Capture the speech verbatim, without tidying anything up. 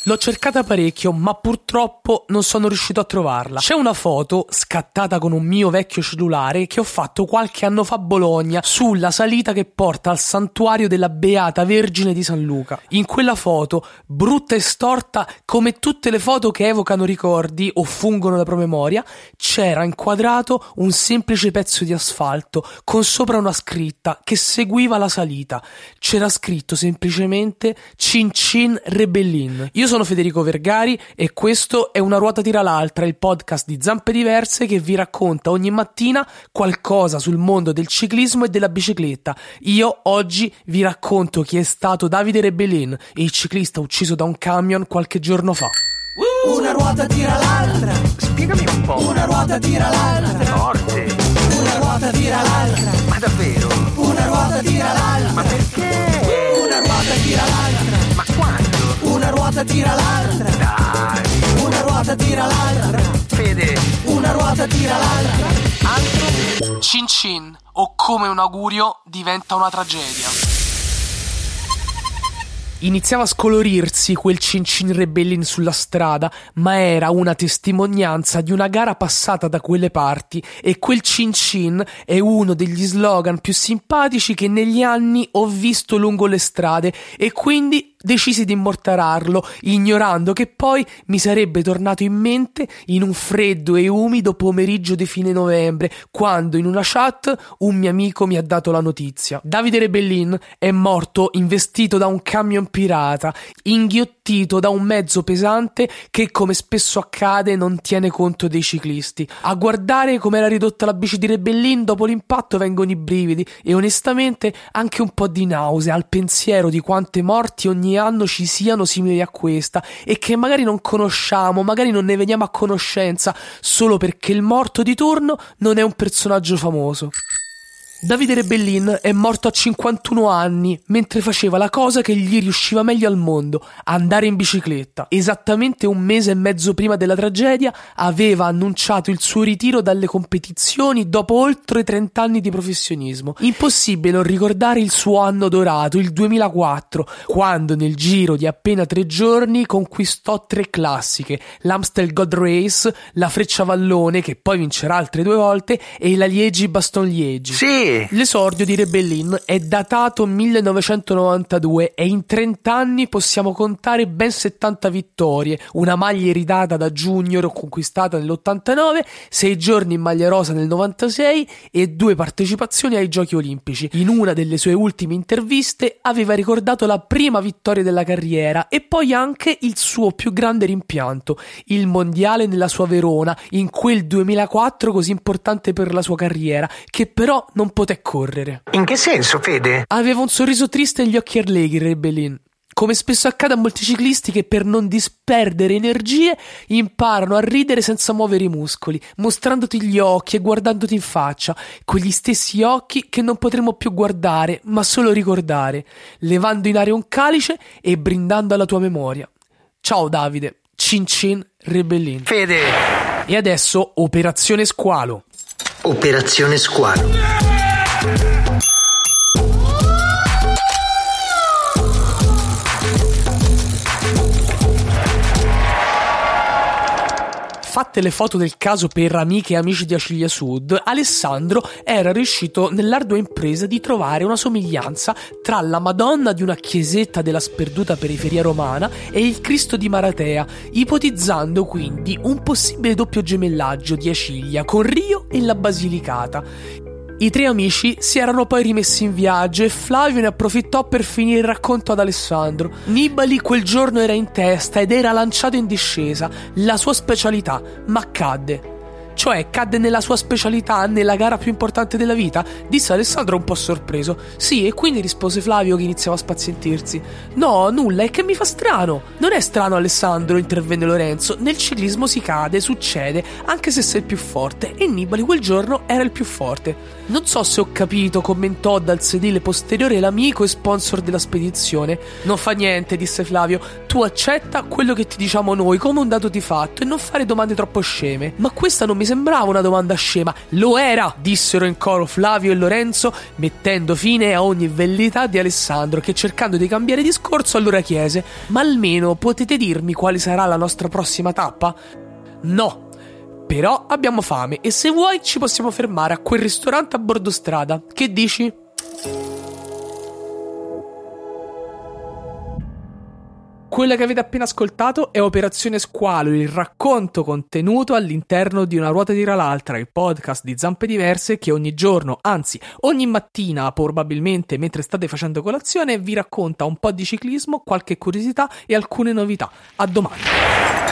L'ho cercata parecchio, ma purtroppo non sono riuscito a trovarla. C'è una foto scattata con un mio vecchio cellulare che ho fatto qualche anno fa a Bologna sulla salita che porta al santuario della Beata Vergine di San Luca. In quella foto, brutta e storta come tutte le foto che evocano ricordi o fungono da promemoria, c'era inquadrato un semplice pezzo di asfalto con sopra una scritta che seguiva la salita. C'era scritto semplicemente Cin Cin Rebellin. Io sono Federico Vergari e questo è Una ruota tira l'altra, il podcast di Zampe Diverse che vi racconta ogni mattina qualcosa sul mondo del ciclismo e della bicicletta. Io oggi vi racconto chi è stato Davide Rebellin, il ciclista ucciso da un camion qualche giorno fa. Una ruota tira l'altra. Spiegami un po'. Una ruota tira l'altra. Forte. Una ruota tira l'altra. Ma davvero? Una ruota tira l'altra. Ma perché? Una ruota tira l'altra. Ma quando? Una ruota tira l'altra. Dai. Una ruota tira l'altra. Fede. Una ruota tira l'altra. Altro? Cin Cin, o come un augurio diventa una tragedia. Iniziava a scolorirsi quel Cin Cin Rebellin sulla strada, ma era una testimonianza di una gara passata da quelle parti, e quel Cin Cin è uno degli slogan più simpatici che negli anni ho visto lungo le strade, e quindi decisi di immortalarlo, ignorando che poi mi sarebbe tornato in mente in un freddo e umido pomeriggio di fine novembre, quando in una chat un mio amico mi ha dato la notizia. Davide Rebellin è morto investito da un camion pirata, inghiottito da un mezzo pesante che, come spesso accade, non tiene conto dei ciclisti. A guardare come era ridotta la bici di Rebellin dopo l'impatto vengono i brividi e onestamente anche un po' di nausea al pensiero di quante morti ogni anno ci siano simili a questa e che magari non conosciamo, magari non ne veniamo a conoscenza solo perché il morto di turno non è un personaggio famoso. Davide Rebellin è morto a cinquantuno anni mentre faceva la cosa che gli riusciva meglio al mondo, andare in bicicletta. Esattamente un mese e mezzo prima della tragedia aveva annunciato il suo ritiro dalle competizioni dopo oltre trenta anni di professionismo. Impossibile non ricordare il suo anno dorato, il duemilaquattro, quando nel giro di appena tre giorni conquistò tre classiche: l'Amstel Gold Race, la Frecciavallone, che poi vincerà altre due volte, e la Liegi-Bastogne-Liegi. Sì. L'esordio di Rebellin è datato millenovecentonovantadue e in trenta anni possiamo contare ben settanta vittorie, una maglia eredata da Junior conquistata nell'ottantanove, sei giorni in maglia rosa nel novantasei e due partecipazioni ai Giochi Olimpici. In una delle sue ultime interviste aveva ricordato la prima vittoria della carriera e poi anche il suo più grande rimpianto, il mondiale nella sua Verona, in quel duemilaquattro così importante per la sua carriera, che però non poté correre. In che senso, Fede? Aveva un sorriso triste e gli occhi arleghi Rebellin, come spesso accade a molti ciclisti che per non disperdere energie imparano a ridere senza muovere i muscoli, mostrandoti gli occhi e guardandoti in faccia, quegli stessi occhi che non potremo più guardare ma solo ricordare, levando in aria un calice e brindando alla tua memoria. Ciao Davide, Cin Cin Rebellin. Fede. E adesso Operazione Squalo. Operazione Squalo. Fatte le foto del caso per amiche e amici di Acilia Sud, Alessandro era riuscito nell'ardua impresa di trovare una somiglianza tra la Madonna di una chiesetta della sperduta periferia romana e il Cristo di Maratea, ipotizzando quindi un possibile doppio gemellaggio di Acilia con Rio e la Basilicata. I tre amici si erano poi rimessi in viaggio e Flavio ne approfittò per finire il racconto ad Alessandro. Nibali quel giorno era in testa ed era lanciato in discesa, la sua specialità, ma cadde. Cioè cadde nella sua specialità, nella gara più importante della vita? Disse Alessandro un po' sorpreso. Sì, e quindi rispose Flavio che iniziava a spazientirsi. No, nulla, è che mi fa strano. Non è strano, Alessandro, intervenne Lorenzo. Nel ciclismo si cade, succede, anche se sei il più forte, e Nibali quel giorno era il più forte. Non so se ho capito, commentò dal sedile posteriore l'amico e sponsor della spedizione. Non fa niente, disse Flavio, tu accetta quello che ti diciamo noi come un dato di fatto e non fare domande troppo sceme. Ma questa non mi mi sembrava una domanda scema. Lo era, dissero in coro Flavio e Lorenzo, mettendo fine a ogni velleità di Alessandro, che cercando di cambiare discorso allora chiese: ma almeno potete dirmi quale sarà la nostra prossima tappa? No, però abbiamo fame e se vuoi ci possiamo fermare a quel ristorante a bordo strada. Che dici? Quella che avete appena ascoltato è Operazione Squalo, il racconto contenuto all'interno di Una ruota tira l'altra, il podcast di Zampe Diverse che ogni giorno, anzi ogni mattina, probabilmente mentre state facendo colazione, vi racconta un po' di ciclismo, qualche curiosità e alcune novità. A domani.